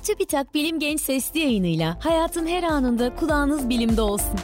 TÜBİTAK Bilim Genç Sesli yayınıyla hayatın her anında kulağınız bilimde olsun.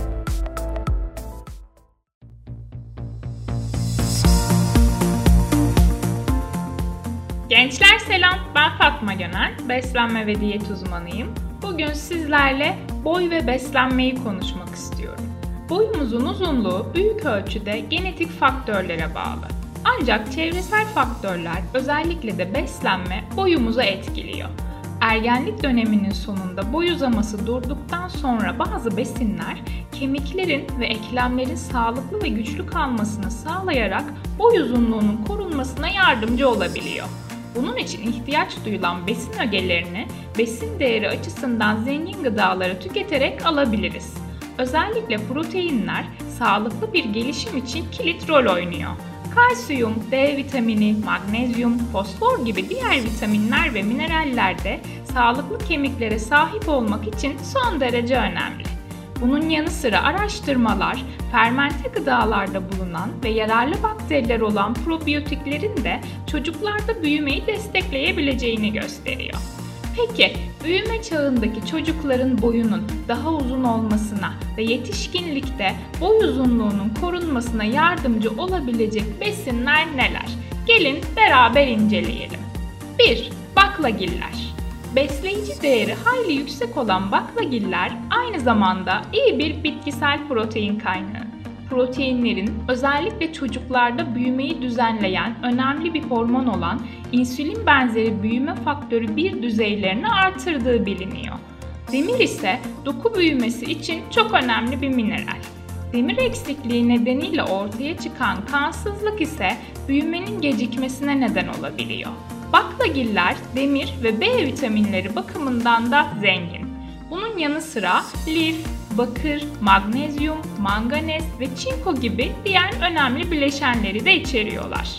Gençler selam, ben Fatma Gönel, beslenme ve diyet uzmanıyım. Bugün sizlerle boy ve beslenmeyi konuşmak istiyorum. Boyumuzun uzunluğu büyük ölçüde genetik faktörlere bağlı. Ancak çevresel faktörler, özellikle de beslenme, boyumuzu etkiliyor. Ergenlik döneminin sonunda boy uzaması durduktan sonra bazı besinler kemiklerin ve eklemlerin sağlıklı ve güçlü kalmasını sağlayarak boy uzunluğunun korunmasına yardımcı olabiliyor. Bunun için ihtiyaç duyulan besin ögelerini besin değeri açısından zengin gıdaları tüketerek alabiliriz. Özellikle proteinler sağlıklı bir gelişim için kilit rol oynuyor. Kalsiyum, D vitamini, magnezyum, fosfor gibi diğer vitaminler ve mineraller de sağlıklı kemiklere sahip olmak için son derece önemli. Bunun yanı sıra araştırmalar, fermente gıdalarda bulunan ve yararlı bakteriler olan probiyotiklerin de çocuklarda büyümeyi destekleyebileceğini gösteriyor. Peki, büyüme çağındaki çocukların boyunun daha uzun olmasına ve yetişkinlikte boy uzunluğunun korunmasına yardımcı olabilecek besinler neler? Gelin beraber inceleyelim. 1. Baklagiller. Besleyici değeri hayli yüksek olan baklagiller aynı zamanda iyi bir bitkisel protein kaynağı. Proteinlerin özellikle çocuklarda büyümeyi düzenleyen önemli bir hormon olan insülin benzeri büyüme faktörü 1 düzeylerini artırdığı biliniyor. Demir ise doku büyümesi için çok önemli bir mineral. Demir eksikliği nedeniyle ortaya çıkan kansızlık ise büyümenin gecikmesine neden olabiliyor. Baklagiller demir ve B vitaminleri bakımından da zengin. Bunun yanı sıra lif, bakır, magnezyum, manganez ve çinko gibi diğer önemli bileşenleri de içeriyorlar.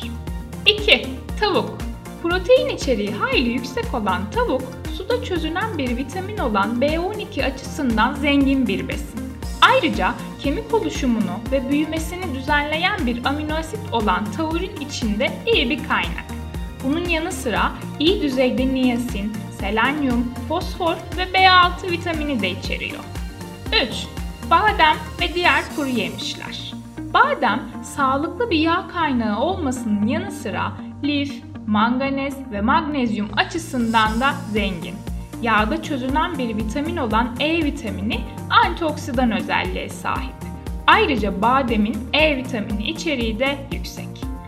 2. Tavuk. Protein içeriği hayli yüksek olan tavuk, suda çözünen bir vitamin olan B12 açısından zengin bir besin. Ayrıca kemik oluşumunu ve büyümesini düzenleyen bir amino asit olan taurin içinde iyi bir kaynak. Bunun yanı sıra iyi düzeyde niyasin, selenyum, fosfor ve B6 vitamini de içeriyor. 3. Badem ve diğer kuru yemişler. Badem, sağlıklı bir yağ kaynağı olmasının yanı sıra lif, manganez ve magnezyum açısından da zengin. Yağda çözünen bir vitamin olan E vitamini antioksidan özelliğe sahip. Ayrıca bademin E vitamini içeriği de yüksek.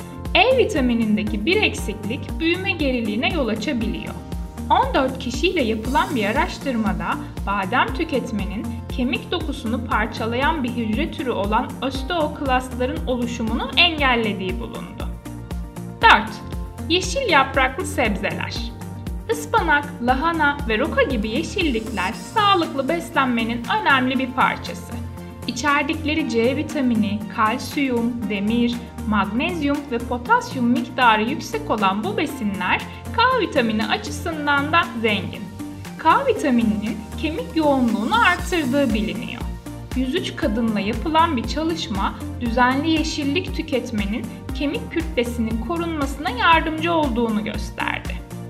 E vitaminindeki bir eksiklik büyüme geriliğine yol açabiliyor. 14 kişiyle yapılan bir araştırmada badem tüketmenin kemik dokusunu parçalayan bir hücre türü olan osteoklastların oluşumunu engellediği bulundu. 4. Yeşil yapraklı sebzeler. Ispanak, lahana ve roka gibi yeşillikler sağlıklı beslenmenin önemli bir parçası. İçerdikleri C vitamini, kalsiyum, demir, magnezyum ve potasyum miktarı yüksek olan bu besinler K vitamini açısından da zengin. K vitamininin kemik yoğunluğunu artırdığı biliniyor. 103 kadınla yapılan bir çalışma, düzenli yeşillik tüketmenin kemik kütlesinin korunmasına yardımcı olduğunu gösterdi.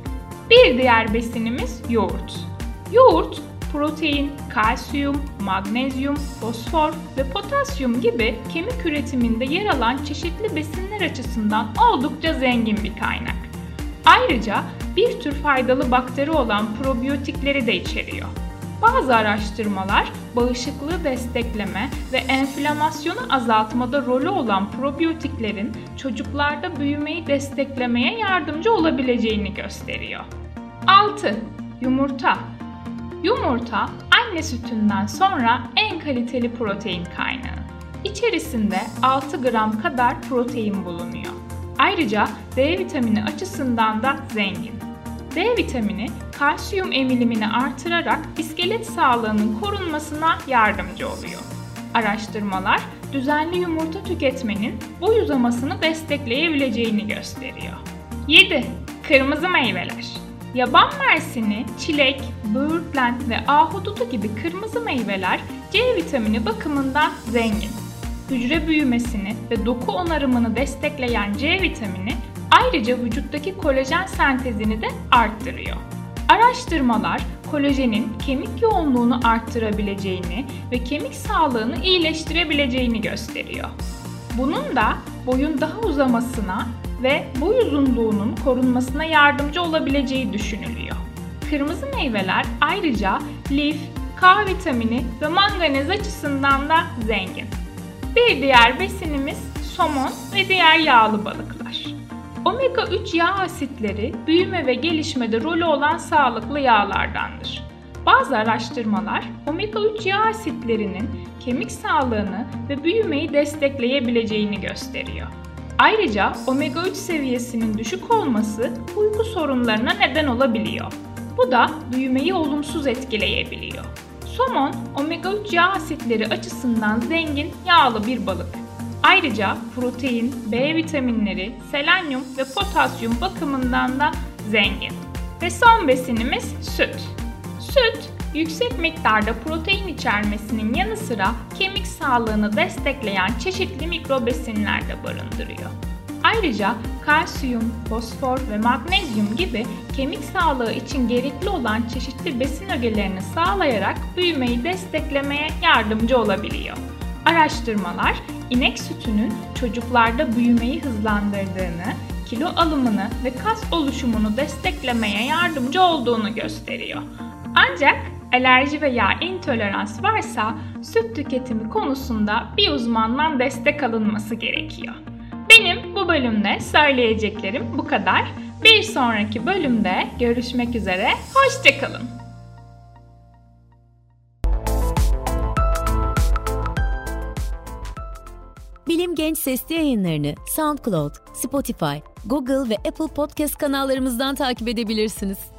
Bir diğer besinimiz yoğurt. Yoğurt, protein, kalsiyum, magnezyum, fosfor ve potasyum gibi kemik üretiminde yer alan çeşitli besinler açısından oldukça zengin bir kaynak. Ayrıca bir tür faydalı bakteri olan probiyotikleri de içeriyor. Bazı araştırmalar bağışıklığı destekleme ve enflamasyonu azaltmada rolü olan probiyotiklerin çocuklarda büyümeyi desteklemeye yardımcı olabileceğini gösteriyor. 6. Yumurta. Yumurta, anne sütünden sonra en kaliteli protein kaynağı. İçerisinde 6 gram kadar protein bulunuyor. Ayrıca D vitamini açısından da zengin. D vitamini, kalsiyum emilimini artırarak iskelet sağlığının korunmasına yardımcı oluyor. Araştırmalar, düzenli yumurta tüketmenin boy uzamasını destekleyebileceğini gösteriyor. 7. Kırmızı meyveler. Yaban mersini, çilek, böğürtlen ve ahududu gibi kırmızı meyveler C vitamini bakımından zengin. Hücre büyümesini ve doku onarımını destekleyen C vitamini ayrıca vücuttaki kolajen sentezini de arttırıyor. Araştırmalar kolajenin kemik yoğunluğunu arttırabileceğini ve kemik sağlığını iyileştirebileceğini gösteriyor. Bunun da boyun daha uzamasına ve boy uzunluğunun korunmasına yardımcı olabileceği düşünülüyor. Kırmızı meyveler ayrıca lif, K vitamini ve manganez açısından da zengin. Bir diğer besinimiz somon ve diğer yağlı balıklar. Omega 3 yağ asitleri büyüme ve gelişmede rolü olan sağlıklı yağlardandır. Bazı araştırmalar omega 3 yağ asitlerinin kemik sağlığını ve büyümeyi destekleyebileceğini gösteriyor. Ayrıca omega 3 seviyesinin düşük olması uyku sorunlarına neden olabiliyor. Bu da büyümeyi olumsuz etkileyebiliyor. Somon, omega 3 yağ asitleri açısından zengin yağlı bir balık. Ayrıca protein, B vitaminleri, selenyum ve potasyum bakımından da zengin. Ve son besinimiz süt. Süt, yüksek miktarda protein içermesinin yanı sıra kemik sağlığını destekleyen çeşitli mikrobesinler de barındırıyor. Ayrıca kalsiyum, fosfor ve magnezyum gibi kemik sağlığı için gerekli olan çeşitli besin ögelerini sağlayarak büyümeyi desteklemeye yardımcı olabiliyor. Araştırmalar, inek sütünün çocuklarda büyümeyi hızlandırdığını, kilo alımını ve kas oluşumunu desteklemeye yardımcı olduğunu gösteriyor. Ancak alerji veya intolerans varsa süt tüketimi konusunda bir uzmandan destek alınması gerekiyor. Benim bu bölümde söyleyeceklerim bu kadar. Bir sonraki bölümde görüşmek üzere, hoşça kalın. Bilim Genç Sesli yayınlarını SoundCloud, Spotify, Google ve Apple Podcast kanallarımızdan takip edebilirsiniz.